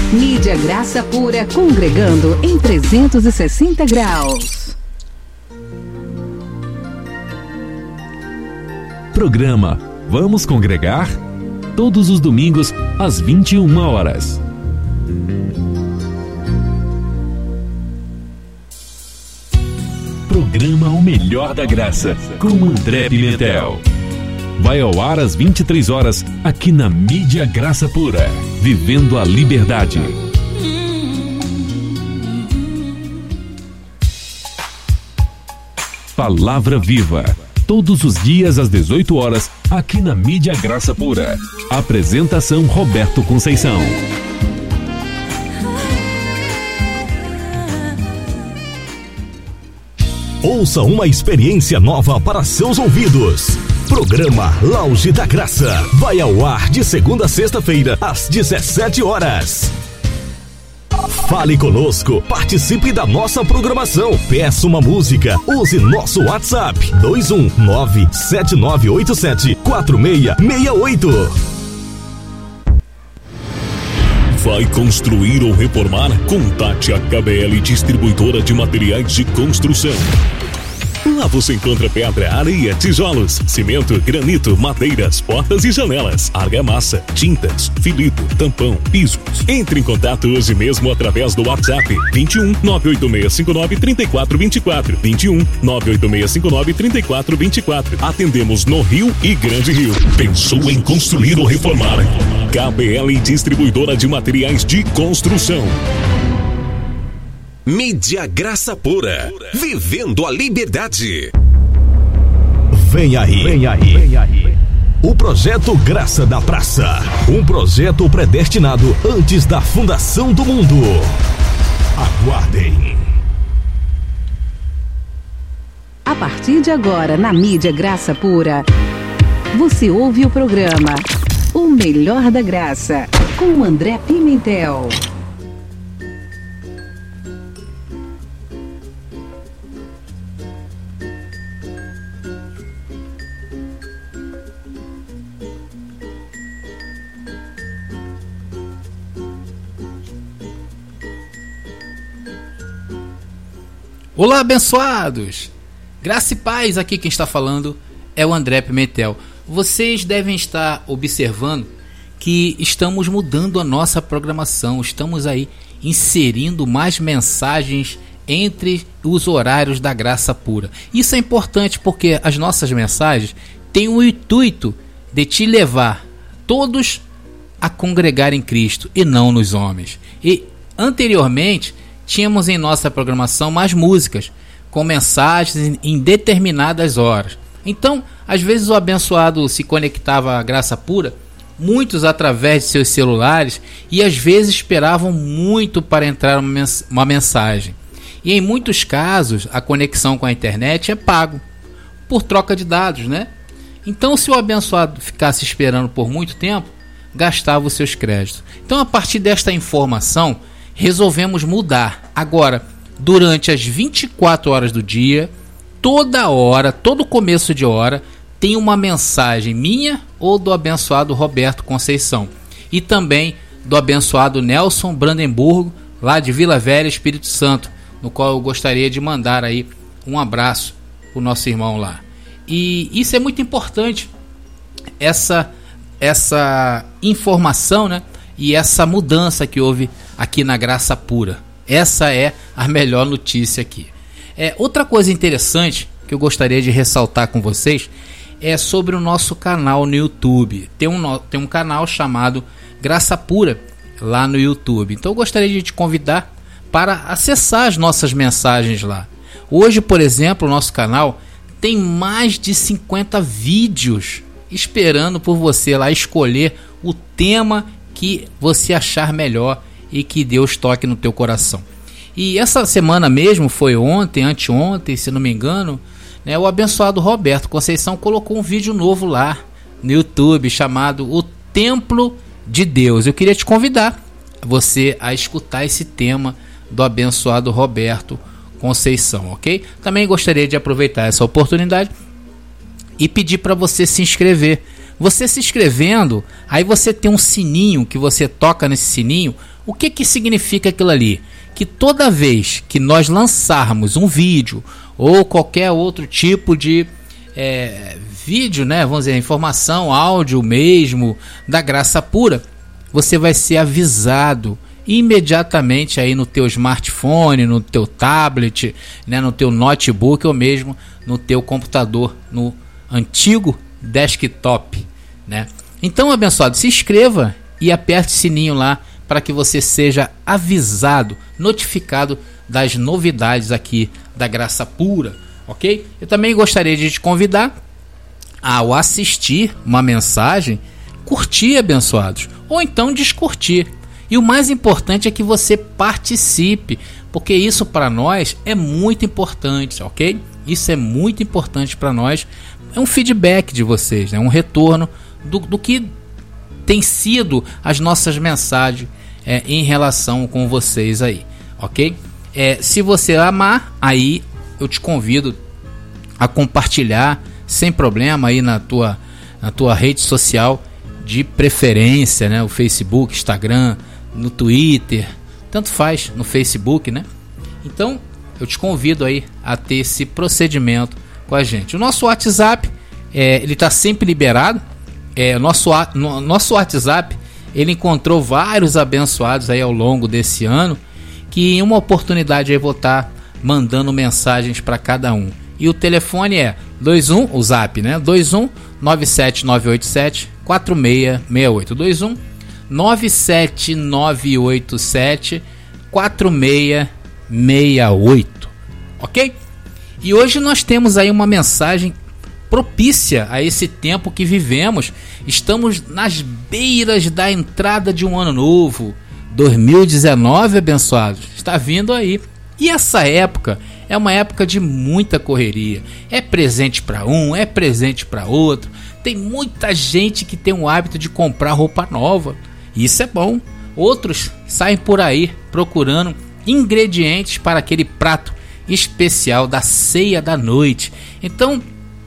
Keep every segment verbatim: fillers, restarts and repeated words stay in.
Mídia Graça Pura, congregando em trezentos e sessenta graus. Programa Vamos Congregar? Todos os domingos, às vinte e uma horas. Programa O Melhor da Graça, com André Pimentel. Vai ao ar às vinte e três horas, aqui na Mídia Graça Pura, vivendo a liberdade. Palavra Viva, todos os dias às dezoito horas, aqui na Mídia Graça Pura. Apresentação Roberto Conceição. Ouça uma experiência nova para seus ouvidos. Programa Lounge da Graça vai ao ar de segunda a sexta-feira, às dezessete horas. Fale conosco, participe da nossa programação, peça uma música, use nosso WhatsApp dois um nove sete nove oito sete quatro seis seis oito. Vai construir ou reformar? Contate a K B L Distribuidora de Materiais de Construção. Lá você encontra pedra, areia, tijolos, cimento, granito, madeiras, portas e janelas, argamassa, tintas, filito, tampão, pisos. Entre em contato hoje mesmo através do WhatsApp vinte e um nove oito seis cinco nove três quatro dois quatro, vinte e um nove oito seis cinco nove três quatro dois quatro. Atendemos no Rio e Grande Rio. Pensou em construir ou reformar? K B L Distribuidora de Materiais de Construção. Mídia Graça Pura, vivendo a liberdade. Vem aí, vem aí, vem aí. O projeto Graça da Praça, um projeto predestinado antes da fundação do mundo. Aguardem. A partir de agora, na Mídia Graça Pura, você ouve o programa O Melhor da Graça, com André Pimentel. Olá, abençoados! Graça e paz, aqui quem está falando é o André Pimentel. Vocês devem estar observando que estamos mudando a nossa programação, estamos aí inserindo mais mensagens entre os horários da Graça Pura. Isso é importante porque as nossas mensagens têm o intuito de te levar todos a congregar em Cristo e não nos homens. E anteriormente tínhamos em nossa programação mais músicas com mensagens em determinadas horas. Então, às vezes o abençoado se conectava à Graça Pura, muitos através de seus celulares, e às vezes esperavam muito para entrar uma mensagem. E em muitos casos, a conexão com a internet é pago, por troca de dados, né? Então, se o abençoado ficasse esperando por muito tempo, gastava os seus créditos. Então, a partir desta informação, resolvemos mudar. Agora, durante as vinte e quatro horas do dia, toda hora, todo começo de hora, tem uma mensagem minha ou do abençoado Roberto Conceição. E também do abençoado Nelson Brandemburgo, lá de Vila Velha, Espírito Santo, no qual eu gostaria de mandar aí um abraço para o nosso irmão lá. E isso é muito importante, essa, essa informação, né? E essa mudança que houve aqui na Graça Pura. Essa é a melhor notícia aqui. É, outra coisa interessante que eu gostaria de ressaltar com vocês é sobre o nosso canal no YouTube. Tem um, tem um canal chamado Graça Pura lá no YouTube. Então eu gostaria de te convidar para acessar as nossas mensagens lá. Hoje, por exemplo, o nosso canal tem mais de cinquenta vídeos esperando por você lá escolher o tema que você achar melhor e que Deus toque no teu coração. E essa semana mesmo, foi ontem, anteontem, se não me engano, né, o abençoado Roberto Conceição colocou um vídeo novo lá no YouTube chamado O Templo de Deus. Eu queria te convidar você a escutar esse tema do abençoado Roberto Conceição, ok? Também gostaria de aproveitar essa oportunidade e pedir para você se inscrever Você se inscrevendo, aí você tem um sininho que você toca nesse sininho. O que que significa aquilo ali? Que toda vez que nós lançarmos um vídeo ou qualquer outro tipo de é, vídeo, né, vamos dizer, informação, áudio mesmo, da Graça Pura, você vai ser avisado imediatamente aí no teu smartphone, no teu tablet, né, no teu notebook ou mesmo no teu computador, no antigo desktop, né? Então, abençoado, se inscreva e aperte o sininho lá para que você seja avisado, notificado das novidades aqui da Graça Pura, ok? Eu também gostaria de te convidar ao assistir uma mensagem, curtir, abençoados, ou então descurtir. E o mais importante é que você participe, porque isso para nós é muito importante, ok? Isso é muito importante para nós. É um feedback de vocês, né? Um retorno do, do que tem sido as nossas mensagens é, em relação com vocês aí, ok? É, se você amar, aí eu te convido a compartilhar sem problema aí na tua, na tua rede social de preferência, né? O Facebook, Instagram, no Twitter, tanto faz, no Facebook, né? Então eu te convido aí a ter esse procedimento com a gente. O nosso WhatsApp, é, ele está sempre liberado. É, nosso, no, nosso WhatsApp, ele encontrou vários abençoados aí ao longo desse ano, que em uma oportunidade eu vou estar tá mandando mensagens para cada um. E o telefone é dois um, o zap, né? dois um nove sete nove oito sete quatro seis seis oito. dois um nove sete nove oito sete quatro seis seis oito. Ok? E hoje nós temos aí uma mensagem propícia a esse tempo que vivemos. Estamos nas beiras da entrada de um ano novo, dois mil e dezenove, abençoados, está vindo aí. E essa época é uma época de muita correria. É presente para um, é presente para outro. Tem muita gente que tem o hábito de comprar roupa nova. Isso é bom. Outros saem por aí procurando ingredientes para aquele prato especial da ceia da noite. Então,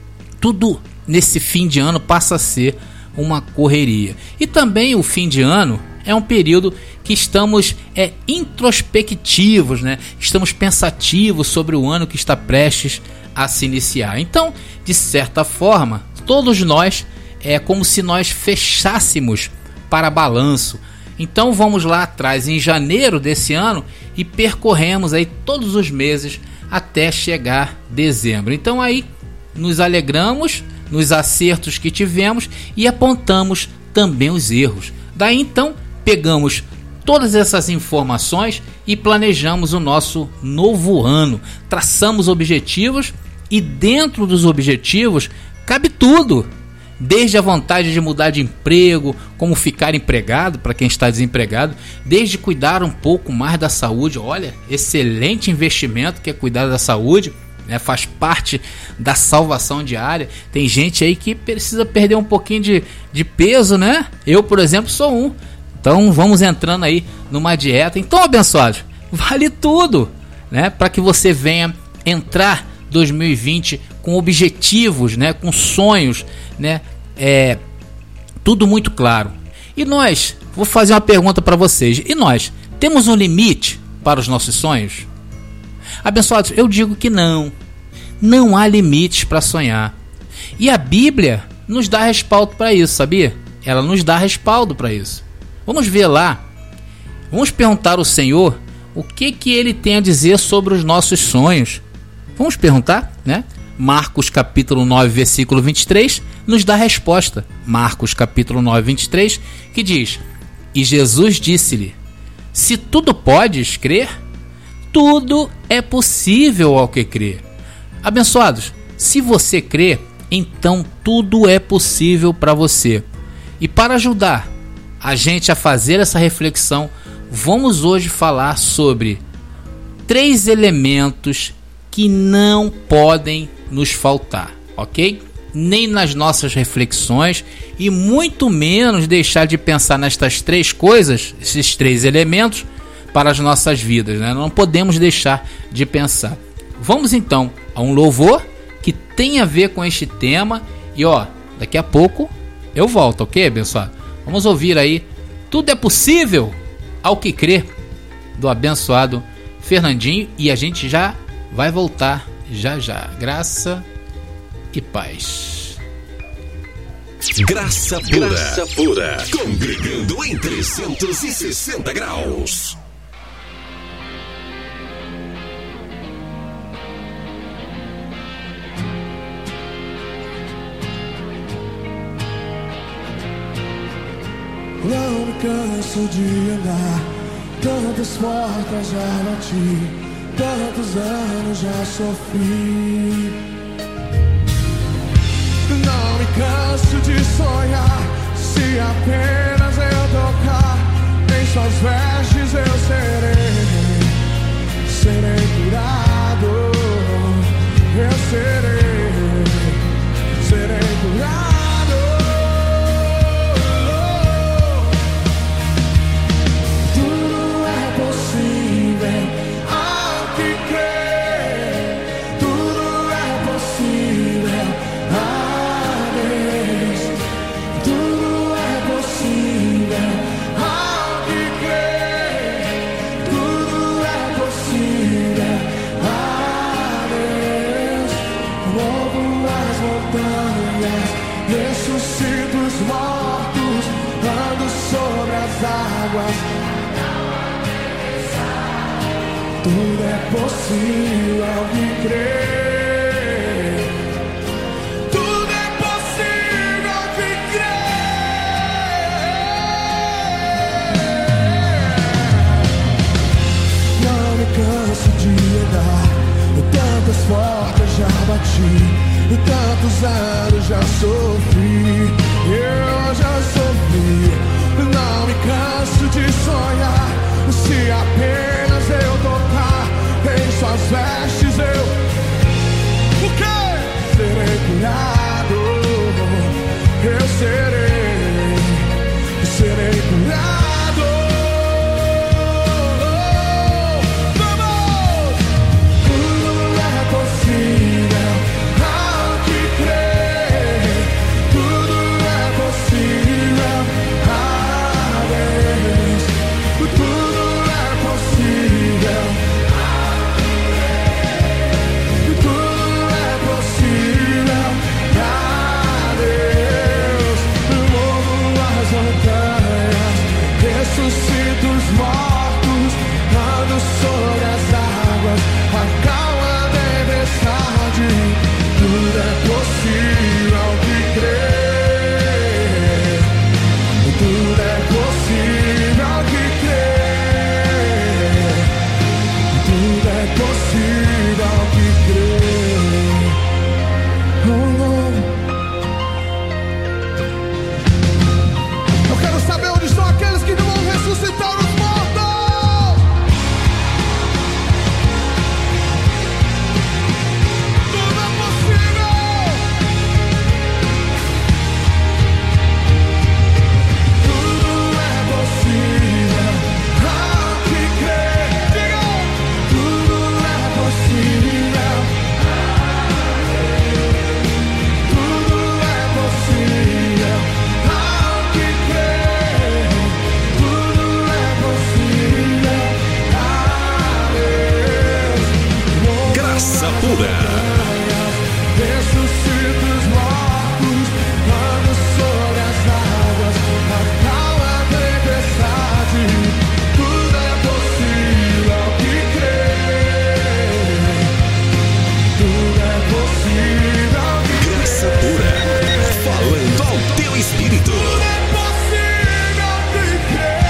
tudo nesse fim de ano passa a ser uma correria. E também o fim de ano é um período que estamos é, introspectivos, né? Estamos pensativos sobre o ano que está prestes a se iniciar. Então, de certa forma, todos nós é como se nós fechássemos para balanço. Então vamos lá atrás em janeiro desse ano e percorremos aí todos os meses até chegar dezembro. Então aí nos alegramos nos acertos que tivemos e apontamos também os erros. Daí então pegamos todas essas informações e planejamos o nosso novo ano. Traçamos objetivos e dentro dos objetivos cabe tudo. Desde a vontade de mudar de emprego, como ficar empregado para quem está desempregado, desde cuidar um pouco mais da saúde. Olha, excelente investimento que é cuidar da saúde, né? Faz parte da salvação diária. Tem gente aí que precisa perder um pouquinho de, de peso, né? Eu, por exemplo, sou um. Então vamos entrando aí numa dieta. Então, abençoados, vale tudo, né? Para que você venha entrar dois mil e vinte com objetivos, né? Com sonhos, né? É tudo muito claro. E nós, vou fazer uma pergunta para vocês. E nós temos um limite para os nossos sonhos? Abençoados, eu digo que não. Não há limites para sonhar. E a Bíblia nos dá respaldo para isso, sabia? Ela nos dá respaldo para isso. Vamos ver lá. Vamos perguntar ao Senhor o que que Ele tem a dizer sobre os nossos sonhos. Vamos perguntar, né? Marcos capítulo nove, versículo vinte e três, nos dá a resposta. Marcos capítulo nove, vinte e três, que diz: E Jesus disse-lhe: Se tudo podes crer, tudo é possível ao que crê. Abençoados, se você crê, então tudo é possível para você. E para ajudar a gente a fazer essa reflexão, vamos hoje falar sobre três elementos que não podem nos faltar, ok? Nem nas nossas reflexões e muito menos deixar de pensar nestas três coisas, esses três elementos para as nossas vidas, né? Não podemos deixar de pensar. Vamos então a um louvor que tem a ver com este tema e ó, daqui a pouco eu volto, ok, abençoado? Vamos ouvir aí Tudo é Possível ao que crê, do abençoado Fernandinho, e a gente já vai voltar já já. Graça e paz. Graça pura, Graça pura, congregando em trezentos e sessenta graus. Não me canso de andar, tantas portas já bati, tantos anos já sofri. Não me canso de sonhar, se apenas eu tocar em suas vestes eu serei, serei curado, eu serei, serei curado. Tudo é possível ao que crer. Tudo é possível ao que crer. Não me canso de andar, tantas portas já bati, tantos anos já sofri, eu já sofri. Não me canso de sonhar, se apenas eu tocar em suas vestes eu, o quê? Serei curado, eu serei, serei curado. Vamos! Tudo é possível ao que crer, tudo é possível a Deus, tudo é possível, tudo é possível a Deus. Movo as montanhas, ressuscito os mortos, ando sobre as águas, acalma a tempestade. Tudo é possível ao que crer, tudo é possível ao que crer, tudo é possível ao que crer. Oh, oh. Eu quero saber onde estão aqueles que não vão ressuscitar os mortos. Tudo é possível. Tudo é possível ao que crer. Diga! Tudo é possível. Tudo é possível ao que crer. Tudo é possível a Deus. Graça pura. Ressuscito os mortos, ando sobre as águas, acalma a tempestade. Tudo é possível ao que crer. Tudo é possível ao que crer. Graça pura, falando ao teu espírito. Tudo é possível ao que crer.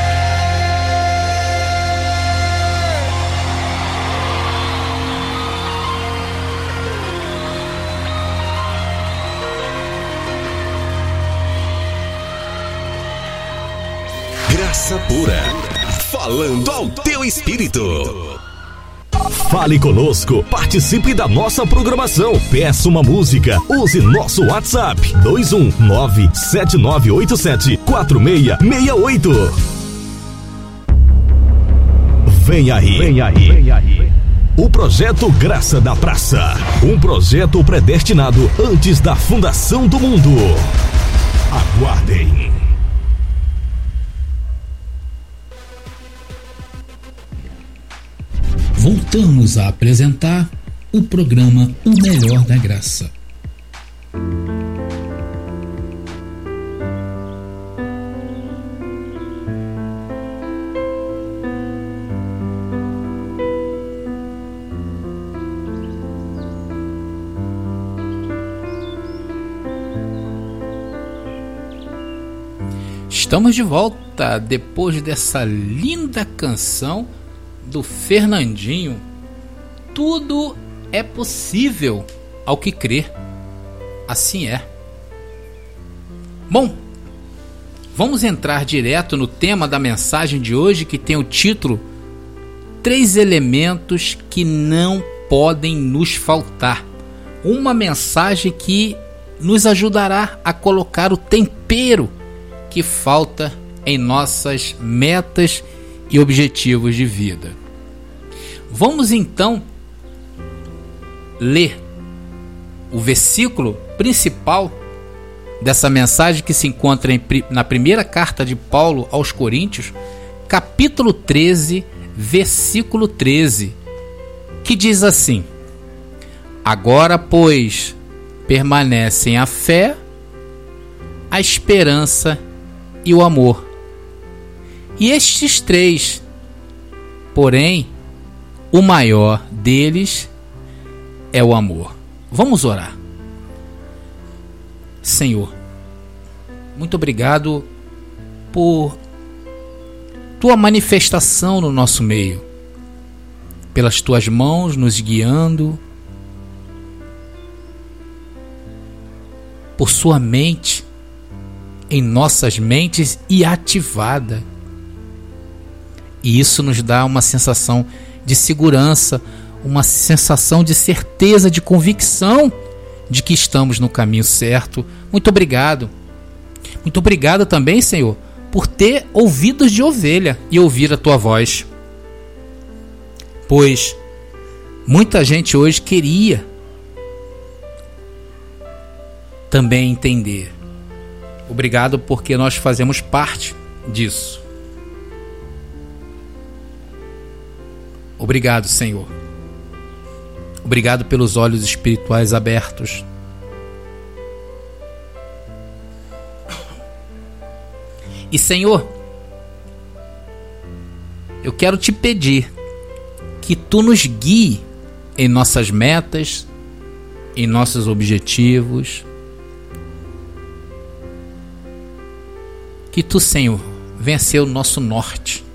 Graça pura, falando ao teu espírito. Fale conosco, participe da nossa programação, peça uma música, use nosso WhatsApp dois um nove sete nove oito sete quatro seis seis oito. Vem aí, vem aí, vem aí. O projeto Graça da Praça, um projeto predestinado antes da fundação do mundo. Aguardem. Voltamos a apresentar o programa O Melhor da Graça. Estamos de volta depois dessa linda canção do Fernandinho. Tudo é possível ao que crer. Assim é. Bom, vamos entrar direto no tema da mensagem de hoje, que tem o título Três elementos que não podem nos faltar. Uma mensagem que nos ajudará a colocar o tempero que falta em nossas metas e objetivos de vida. Vamos então ler o versículo principal dessa mensagem, que se encontra em, na primeira carta de Paulo aos Coríntios, capítulo treze, versículo treze, que diz assim: Agora, pois, permanecem a fé, a esperança e o amor. E estes três, porém, o maior deles é o amor. Vamos orar. Senhor, muito obrigado por tua manifestação no nosso meio, pelas tuas mãos nos guiando, por sua mente em nossas mentes e ativada. E isso nos dá uma sensação de segurança, uma sensação de certeza, de convicção de que estamos no caminho certo. Muito obrigado. Muito obrigado também, Senhor, por ter ouvidos de ovelha e ouvir a tua voz. Pois muita gente hoje queria também entender. Obrigado porque nós fazemos parte disso. Obrigado, Senhor. Obrigado pelos olhos espirituais abertos. E, Senhor, eu quero te pedir que tu nos guie em nossas metas, em nossos objetivos. Que tu, Senhor, venha ser o nosso norte.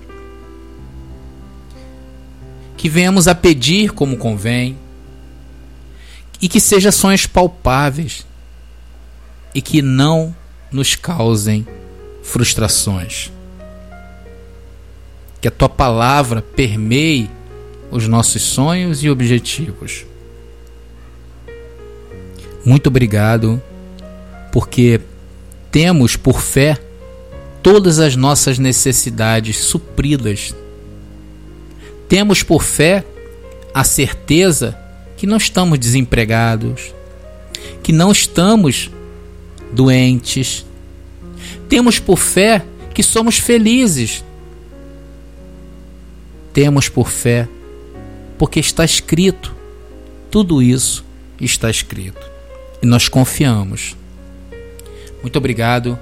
Que venhamos a pedir como convém. E que sejam sonhos palpáveis. E que não nos causem frustrações. Que a tua palavra permeie os nossos sonhos e objetivos. Muito obrigado, porque temos por fé todas as nossas necessidades supridas. Temos por fé a certeza que não estamos desempregados, que não estamos doentes. Temos por fé que somos felizes. Temos por fé porque está escrito. Tudo isso está escrito. E nós confiamos. Muito obrigado.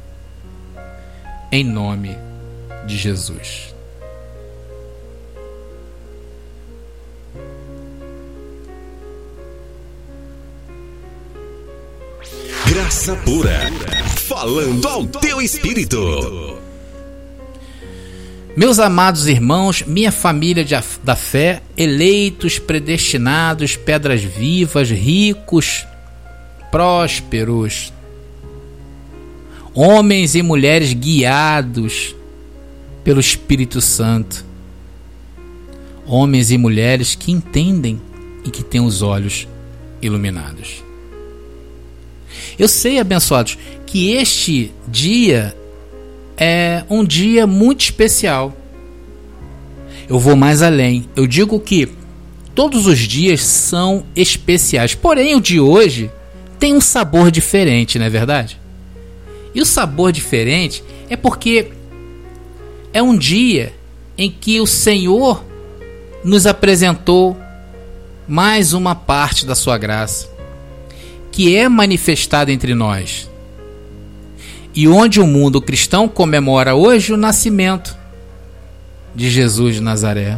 Em nome de Jesus. Graça pura, falando ao teu espírito. Meus amados irmãos, minha família de, da fé, eleitos, predestinados, pedras vivas, ricos, prósperos, homens e mulheres guiados pelo Espírito Santo, homens e mulheres que entendem e que têm os olhos iluminados. Eu sei, abençoados, que este dia é um dia muito especial. Eu vou mais além. Eu digo que todos os dias são especiais. Porém, o de hoje tem um sabor diferente, não é verdade? E o sabor diferente é porque é um dia em que o Senhor nos apresentou mais uma parte da sua graça, que é manifestada entre nós. E onde o mundo cristão comemora hoje o nascimento de Jesus de Nazaré.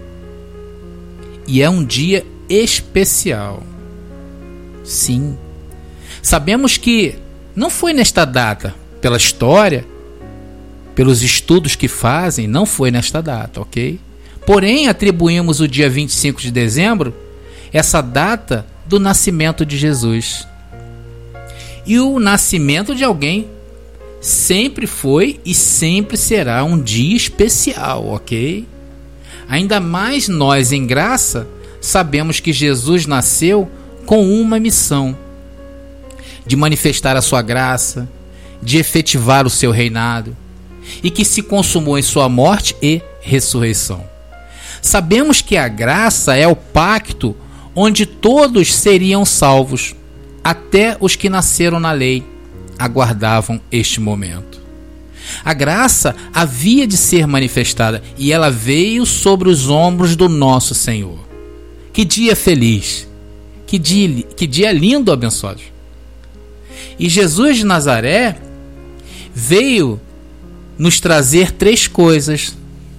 E é um dia especial. Sim. Sabemos que não foi nesta data, pela história, pelos estudos que fazem, não foi nesta data, ok? Porém, atribuímos o dia vinte e cinco de dezembro, essa data do nascimento de Jesus. E o nascimento de alguém sempre foi e sempre será um dia especial, ok? Ainda mais nós, em graça, sabemos que Jesus nasceu com uma missão: de manifestar a sua graça, de efetivar o seu reinado, e que se consumou em sua morte e ressurreição. Sabemos que a graça é o pacto onde todos seriam salvos, até os que nasceram na lei aguardavam este momento. A graça havia de ser manifestada e ela veio sobre os ombros do nosso Senhor. Que dia feliz! Que dia, que dia lindo, abençoados! E Jesus de Nazaré veio nos trazer três coisas: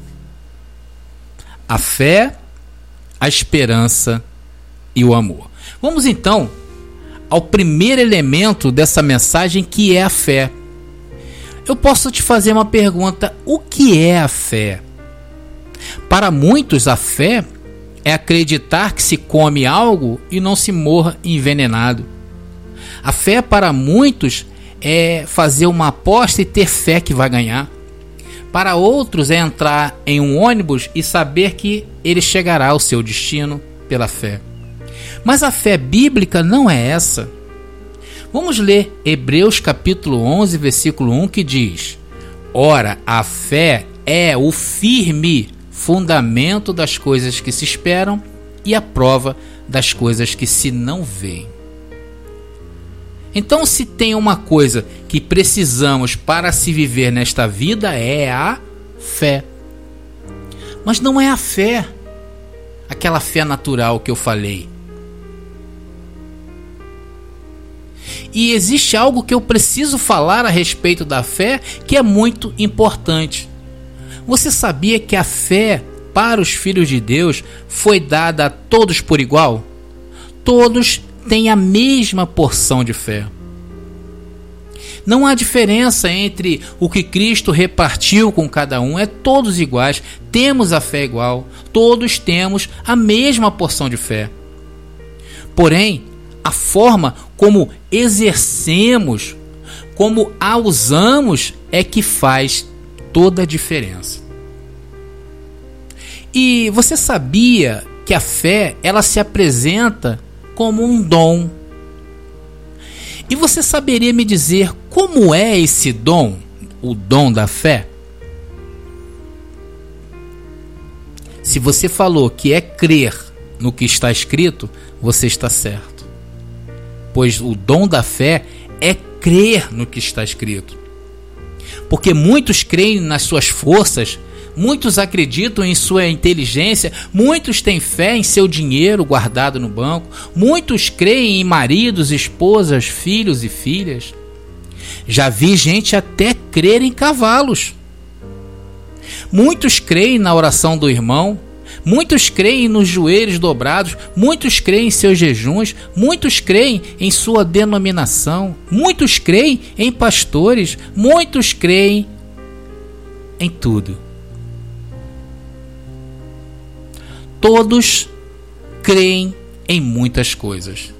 a fé, a esperança e o amor. Vamos então ao primeiro elemento dessa mensagem, que é a fé. Eu posso te fazer uma pergunta: o que é a fé? Para muitos, a fé é acreditar que se come algo e não se morra envenenado. A fé para muitos é fazer uma aposta e ter fé que vai ganhar. Para outros é entrar em um ônibus e saber que ele chegará ao seu destino pela fé. Mas a fé bíblica não é essa. Vamos ler Hebreus capítulo onze, versículo um, que diz: ora, a fé é o firme fundamento das coisas que se esperam e a prova das coisas que se não veem. Então, se tem uma coisa que precisamos para se viver nesta vida, é a fé. Mas não é a fé, aquela fé natural que eu falei. E existe algo que eu preciso falar a respeito da fé que é muito importante. Você sabia que a fé para os filhos de Deus foi dada a todos por igual? Todos têm a mesma porção de fé. Não há diferença entre o que Cristo repartiu com cada um, é todos iguais, temos a fé igual, todos temos a mesma porção de fé. Porém, a forma como exercemos, como a usamos, é que faz toda a diferença. E você sabia que a fé, ela se apresenta como um dom? E você saberia me dizer como é esse dom, o dom da fé? Se você falou que é crer no que está escrito, você está certo. Pois o dom da fé é crer no que está escrito. Porque muitos creem nas suas forças, muitos acreditam em sua inteligência, muitos têm fé em seu dinheiro guardado no banco, muitos creem em maridos, esposas, filhos e filhas. Já vi gente até crer em cavalos. Muitos creem na oração do irmão, muitos creem nos joelhos dobrados, muitos creem em seus jejuns, muitos creem em sua denominação, muitos creem em pastores, muitos creem em tudo. Todos creem em muitas coisas,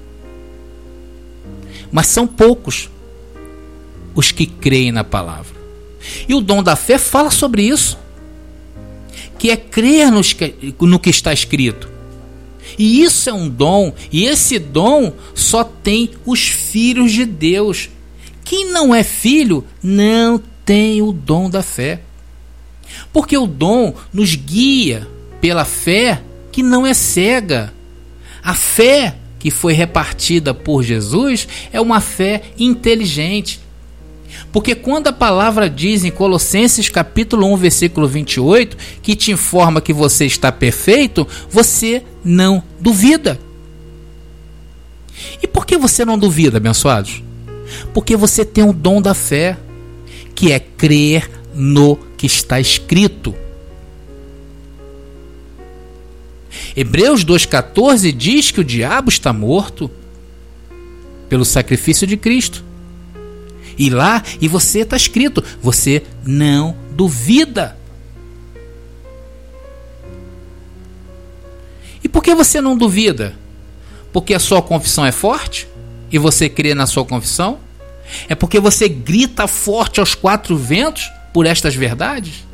mas são poucos os que creem na palavra. E o dom da fé fala sobre isso, que é crer no que está escrito. E isso é um dom, e esse dom só tem os filhos de Deus. Quem não é filho não tem o dom da fé, porque o dom nos guia pela fé que não é cega. A fé que foi repartida por Jesus é uma fé inteligente. Porque quando a palavra diz em Colossenses capítulo um, versículo vinte e oito, que te informa que você está perfeito, você não duvida. E por que você não duvida, abençoados? Porque você tem o dom da fé, que é crer no que está escrito. Hebreus dois, catorze diz que o diabo está morto pelo sacrifício de Cristo. E lá, e você está escrito, você não duvida. E por que você não duvida? Porque a sua confissão é forte? E você crê na sua confissão? É porque você grita forte aos quatro ventos por estas verdades?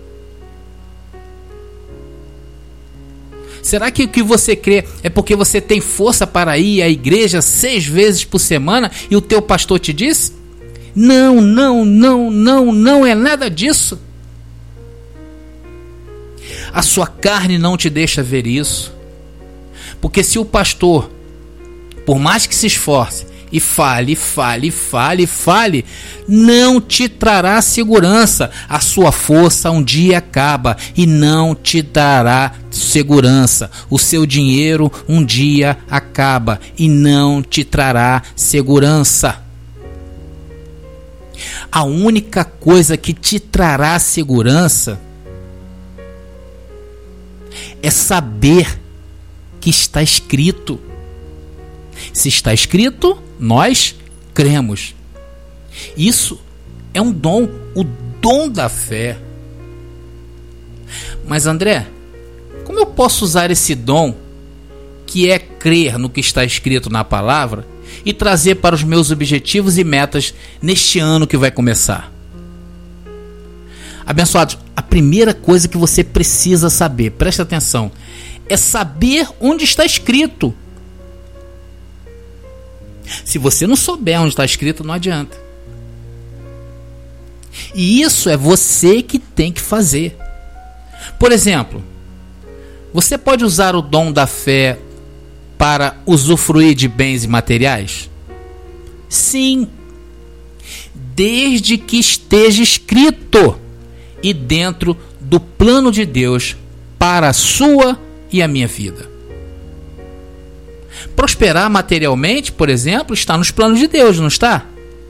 Será que o que você crê é porque você tem força para ir à igreja seis vezes por semana e o teu pastor te disse? Não, não, não, não, não é nada disso. A sua carne não te deixa ver isso. Porque se o pastor, por mais que se esforce, e fale, fale, fale, fale, não te trará segurança. A sua força um dia acaba e não te dará segurança. O seu dinheiro um dia acaba e não te trará segurança. A única coisa que te trará segurança é saber que está escrito. Se está escrito, nós cremos. Isso é um dom, o dom da fé. Mas André, como eu posso usar esse dom, que é crer no que está escrito na palavra, e trazer para os meus objetivos e metas neste ano que vai começar? Abençoados, a primeira coisa que você precisa saber, presta atenção, é saber onde está escrito. Se você não souber onde está escrito, não adianta. E isso é você que tem que fazer. Por exemplo, você pode usar o dom da fé para usufruir de bens e materiais? Sim, desde que esteja escrito e dentro do plano de Deus para a sua e a minha vida. Prosperar materialmente, por exemplo, está nos planos de Deus, não está?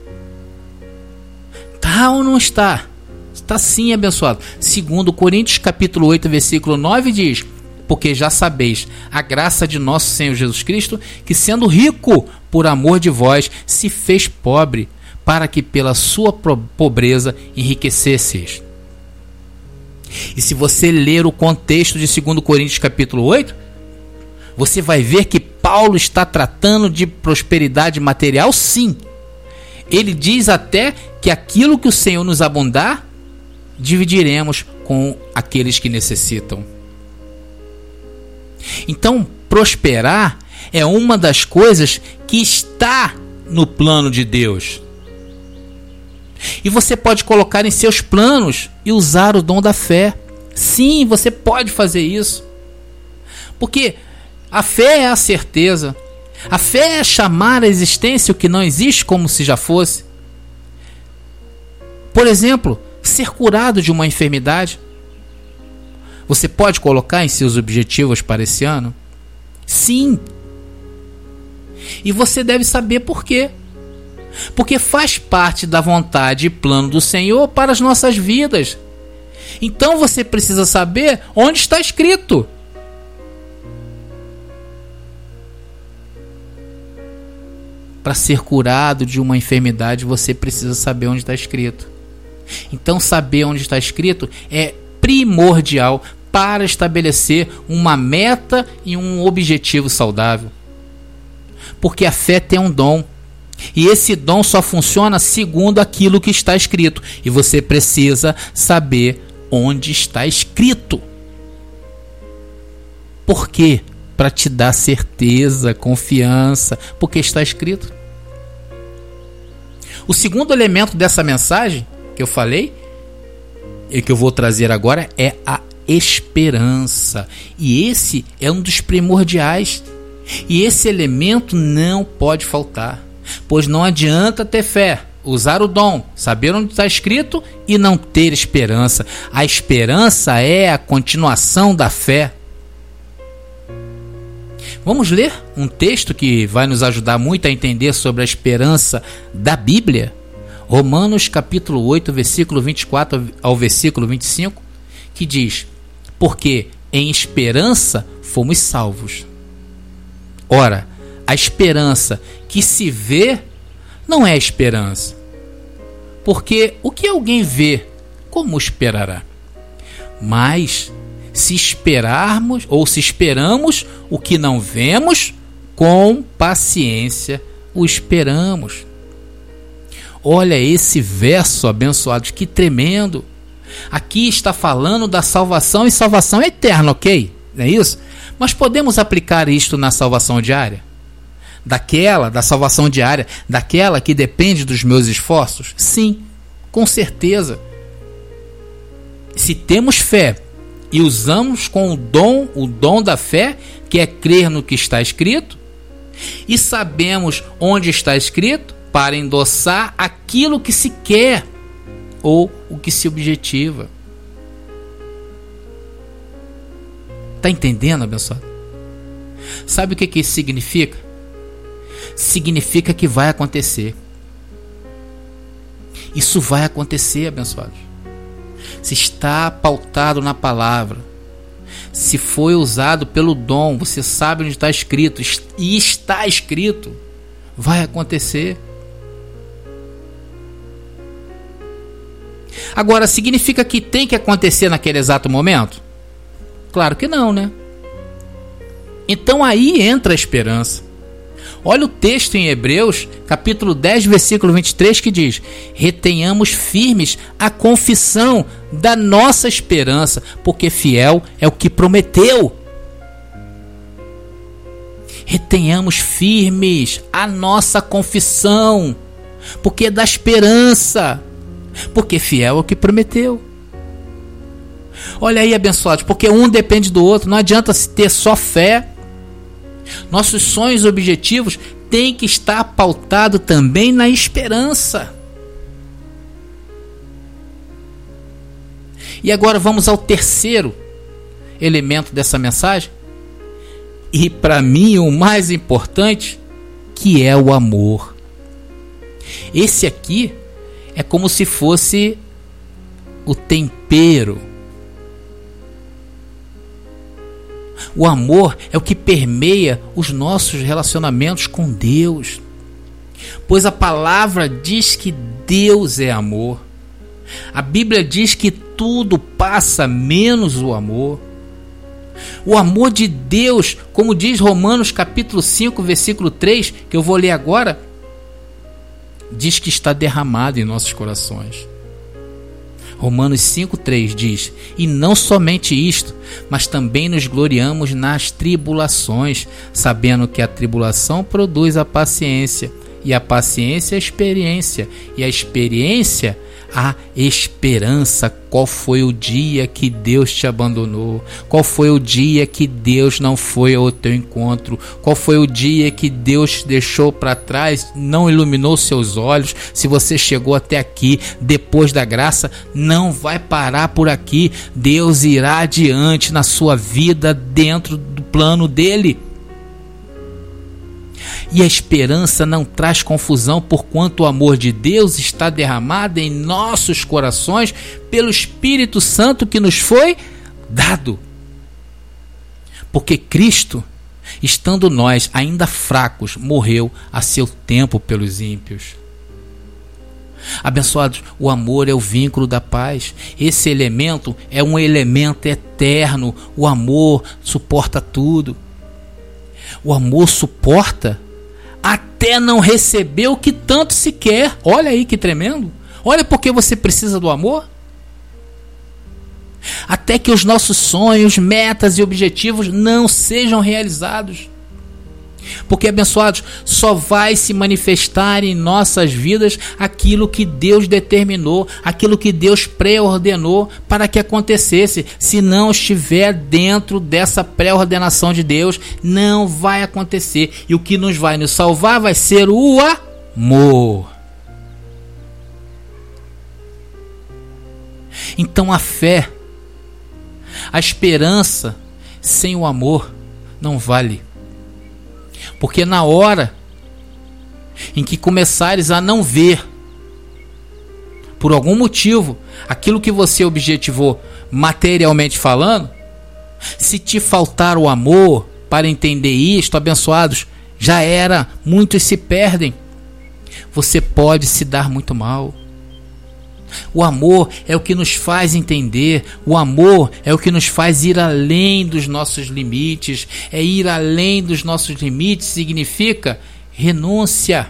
Está ou não está? Está sim, abençoado. Segundo Coríntios capítulo oito, versículo nove diz: porque já sabeis a graça de nosso Senhor Jesus Cristo, que sendo rico por amor de vós, se fez pobre, para que pela sua pobreza enriquecesseis. E se você ler o contexto de Segundo Coríntios capítulo oito, você vai ver que Paulo está tratando de prosperidade material, sim. Ele diz até que aquilo que o Senhor nos abundar, dividiremos com aqueles que necessitam. Então, prosperar é uma das coisas que está no plano de Deus. E você pode colocar em seus planos e usar o dom da fé. Sim, você pode fazer isso. Porque a fé é a certeza. A fé é chamar à existência o que não existe como se já fosse. Por exemplo, ser curado de uma enfermidade. Você pode colocar em seus objetivos para esse ano? Sim. E você deve saber por quê. Porque faz parte da vontade e plano do Senhor para as nossas vidas. Então você precisa saber onde está escrito. Para ser curado de uma enfermidade, você precisa saber onde está escrito. Então saber onde está escrito é primordial para estabelecer uma meta e um objetivo saudável. Porque a fé tem um dom. E esse dom só funciona segundo aquilo que está escrito. E você precisa saber onde está escrito. Por quê? Para te dar certeza, confiança, porque está escrito. O segundo elemento dessa mensagem que eu falei, e que eu vou trazer agora, é a esperança. E esse é um dos primordiais. E esse elemento não pode faltar. Pois não adianta ter fé, usar o dom, saber onde está escrito e não ter esperança. A esperança é a continuação da fé. Vamos ler um texto que vai nos ajudar muito a entender sobre a esperança da Bíblia. Romanos capítulo oito, versículo vinte e quatro ao versículo vinte e cinco, que diz: porque em esperança fomos salvos. Ora, a esperança que se vê não é esperança, porque o que alguém vê, como esperará? Mas se esperarmos, ou se esperamos o que não vemos, com paciência o esperamos. Olha esse verso, abençoados, que tremendo. Aqui está falando da salvação, e salvação é eterna, ok? Não é isso? Mas podemos aplicar isto na salvação diária? Daquela, da salvação diária, daquela que depende dos meus esforços? Sim, com certeza. Se temos fé e usamos com o dom, o dom da fé, que é crer no que está escrito, e sabemos onde está escrito para endossar aquilo que se quer ou o que se objetiva. Está entendendo, abençoado? Sabe o que, que isso significa? Significa que vai acontecer. Isso vai acontecer, abençoados. Se está pautado na palavra, se foi usado pelo dom, você sabe onde está escrito, e está escrito, vai acontecer. Agora, significa que tem que acontecer naquele exato momento? Claro que não, né? Então aí entra a esperança. Olha o texto em Hebreus, capítulo dez, versículo vinte e três, que diz: retenhamos firmes a confissão da nossa esperança, porque fiel é o que prometeu. Retenhamos firmes a nossa confissão, porque é da esperança, porque fiel é o que prometeu. Olha aí, abençoados, porque um depende do outro. Não adianta se ter só fé. Nossos sonhos e objetivos têm que estar pautados também na esperança. E agora vamos ao terceiro elemento dessa mensagem, e para mim o mais importante, que é o amor. Esse aqui é como se fosse o tempero. O amor é o que permeia os nossos relacionamentos com Deus, pois a palavra diz que Deus é amor. A Bíblia diz que tudo passa menos o amor. O amor de Deus, como diz Romanos capítulo cinco, versículo três, que eu vou ler agora, diz que está derramado em nossos corações. Romanos cinco, três diz: e não somente isto, mas também nos gloriamos nas tribulações, sabendo que a tribulação produz a paciência, e a paciência a experiência, e a experiência a esperança. Qual foi o dia que Deus te abandonou? Qual foi o dia que Deus não foi ao teu encontro? Qual foi o dia que Deus te deixou para trás, não iluminou seus olhos? Se você chegou até aqui depois da graça, não vai parar por aqui. Deus irá adiante na sua vida dentro do plano dele. E a esperança não traz confusão, porquanto o amor de Deus está derramado em nossos corações pelo Espírito Santo que nos foi dado. Porque Cristo, estando nós ainda fracos, morreu a seu tempo pelos ímpios. Abençoados, o amor é o vínculo da paz. Esse elemento é um elemento eterno. O amor suporta tudo. O amor suporta até não receber o que tanto se quer. Olha aí que tremendo. Olha porque você precisa do amor. Até que os nossos sonhos, metas e objetivos não sejam realizados. Porque, abençoados, só vai se manifestar em nossas vidas aquilo que Deus determinou, aquilo que Deus pré-ordenou para que acontecesse. Se não estiver dentro dessa pré-ordenação de Deus, não vai acontecer. E o que nos vai nos salvar vai ser o amor. Então a fé, a esperança sem o amor não vale. Porque na hora em que começares a não ver, por algum motivo, aquilo que você objetivou materialmente falando, se te faltar o amor para entender isto, abençoados, já era, muitos se perdem. Você pode se dar muito mal. O amor é o que nos faz entender, o amor é o que nos faz ir além dos nossos limites. É ir além dos nossos limites significa renúncia.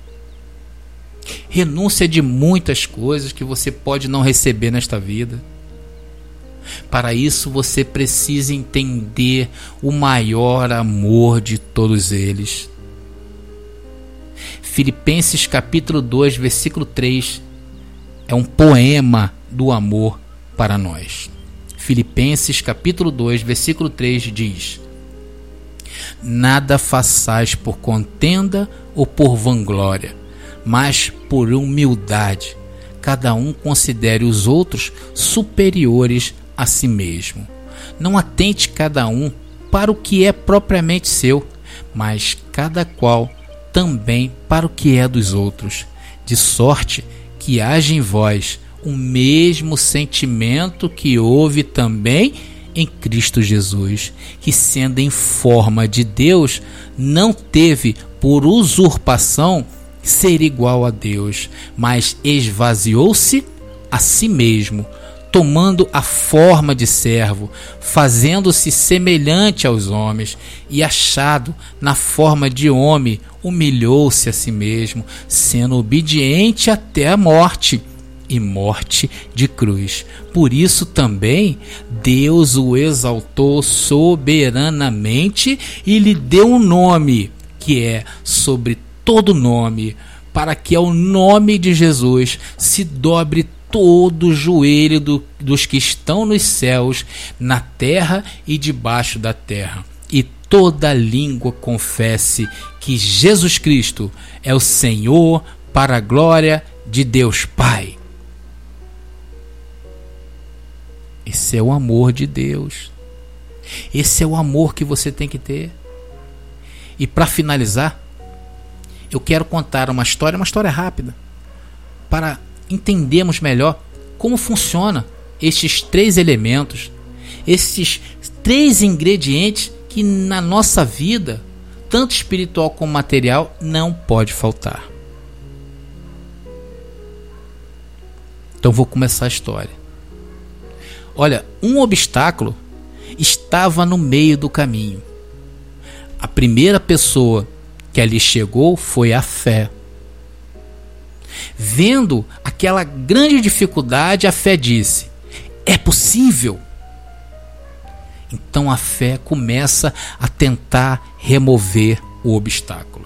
Renúncia de muitas coisas que você pode não receber nesta vida. Para isso você precisa entender o maior amor de todos eles. Filipenses capítulo dois, versículo três é um poema do amor para nós. Filipenses capítulo dois, versículo três diz: nada façais por contenda ou por vanglória, mas por humildade, cada um considere os outros superiores a si mesmo. Não atente cada um para o que é propriamente seu, mas cada qual também para o que é dos outros, de sorte que haja em vós o mesmo sentimento que houve também em Cristo Jesus, que sendo em forma de Deus, não teve por usurpação ser igual a Deus, mas esvaziou-se a si mesmo, tomando a forma de servo, fazendo-se semelhante aos homens, e achado na forma de homem, humilhou-se a si mesmo, sendo obediente até a morte, e morte de cruz. Por isso também Deus o exaltou soberanamente e lhe deu um nome, que é sobre todo nome, para que ao nome de Jesus se dobre todo o joelho do, dos que estão nos céus, na terra e debaixo da terra, e toda língua confesse que Jesus Cristo é o Senhor, para a glória de Deus Pai. Esse é o amor de Deus. Esse é o amor que você tem que ter. E para finalizar, eu quero contar uma história, uma história rápida, para entendermos melhor como funciona estes três elementos, esses três ingredientes que na nossa vida, tanto espiritual como material, não pode faltar. Então vou começar a história. Olha, um obstáculo estava no meio do caminho. A primeira pessoa que ali chegou foi a fé. Vendo aquela grande dificuldade, a fé disse: é possível. Então a fé começa a tentar remover o obstáculo.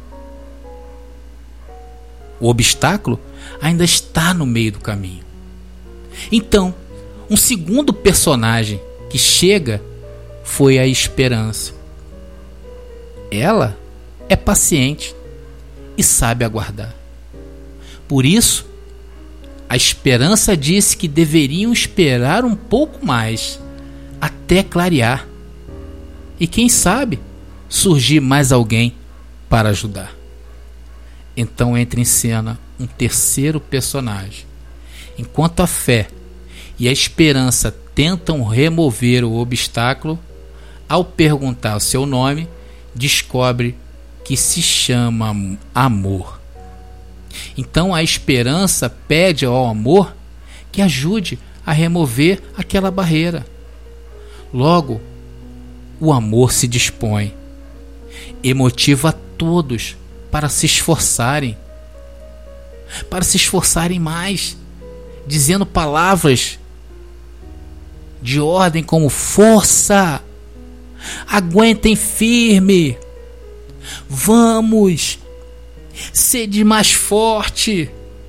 O obstáculo ainda está no meio do caminho. Então, um segundo personagem que chega foi a esperança. Ela é paciente e sabe aguardar. Por isso, a esperança disse que deveriam esperar um pouco mais, até clarear. E quem sabe, surgir mais alguém para ajudar. Então entra em cena um terceiro personagem. Enquanto a fé e a esperança tentam remover o obstáculo, ao perguntar o seu nome, descobre que se chama amor. Então a esperança pede ao amor que ajude a remover aquela barreira. Logo, o amor se dispõe e motiva a todos para se esforçarem, para se esforçarem mais, dizendo palavras de ordem como força, aguentem firme, vamos, sede mais forte.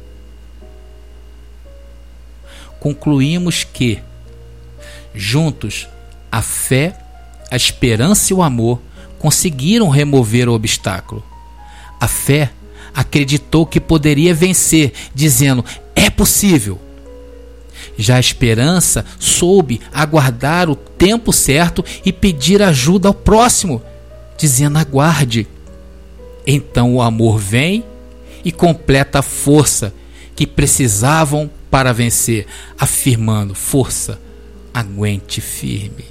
Concluímos que, juntos, a fé, a esperança e o amor conseguiram remover o obstáculo. A fé acreditou que poderia vencer, dizendo: é possível. Já a esperança soube aguardar o tempo certo e pedir ajuda ao próximo, dizendo: aguarde. Então o amor vem e completa a força que precisavam para vencer, afirmando: força, aguente firme.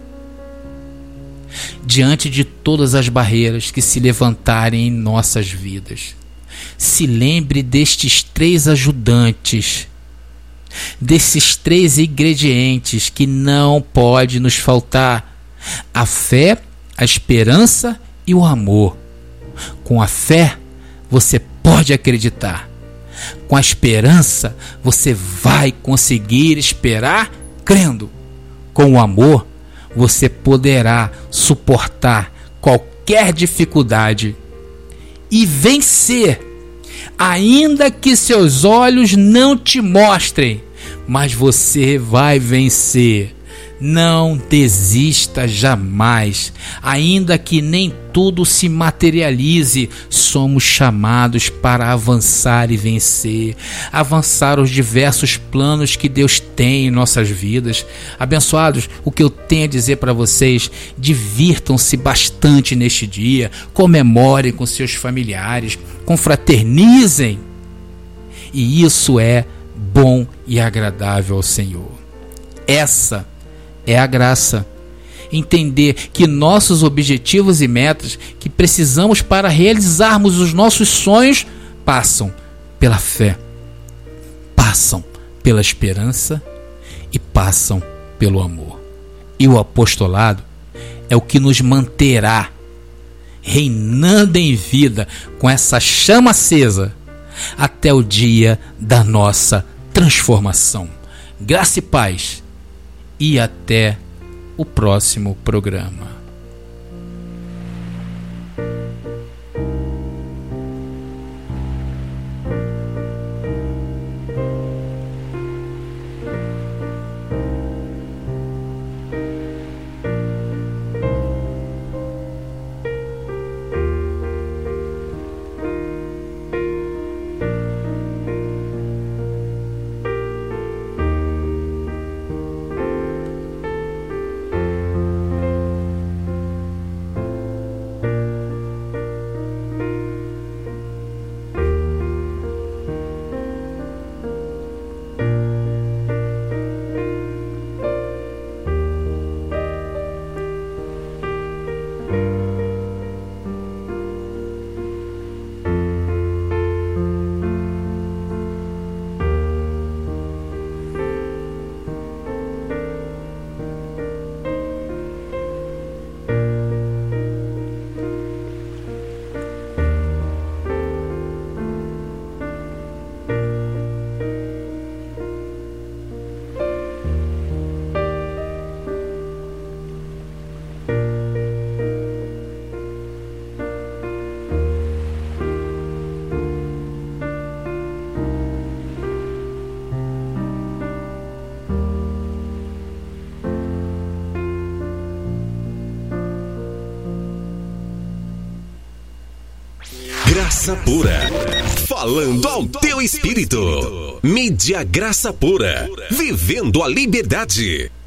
Diante de todas as barreiras que se levantarem em nossas vidas, se lembre destes três ajudantes, desses três ingredientes que não pode nos faltar: a fé, a esperança e o amor. Com a fé, você pode acreditar. Com a esperança, você vai conseguir esperar crendo. Com o amor, você poderá suportar qualquer dificuldade e vencer, ainda que seus olhos não te mostrem, mas você vai vencer. Não desista jamais, ainda que nem tudo se materialize. Somos chamados para avançar e vencer, avançar os diversos planos que Deus tem em nossas vidas. Abençoados, o que eu tenho a dizer para vocês: divirtam-se bastante neste dia, comemorem com seus familiares, confraternizem, e isso é bom e agradável ao Senhor. Essa é a graça. Entender que nossos objetivos e metas que precisamos para realizarmos os nossos sonhos passam pela fé, passam pela esperança e passam pelo amor. E o apostolado é o que nos manterá reinando em vida com essa chama acesa até o dia da nossa transformação. Graça e paz. E até o próximo programa. Graça Pura, falando ao teu espírito. Mídia Graça Pura, vivendo a liberdade.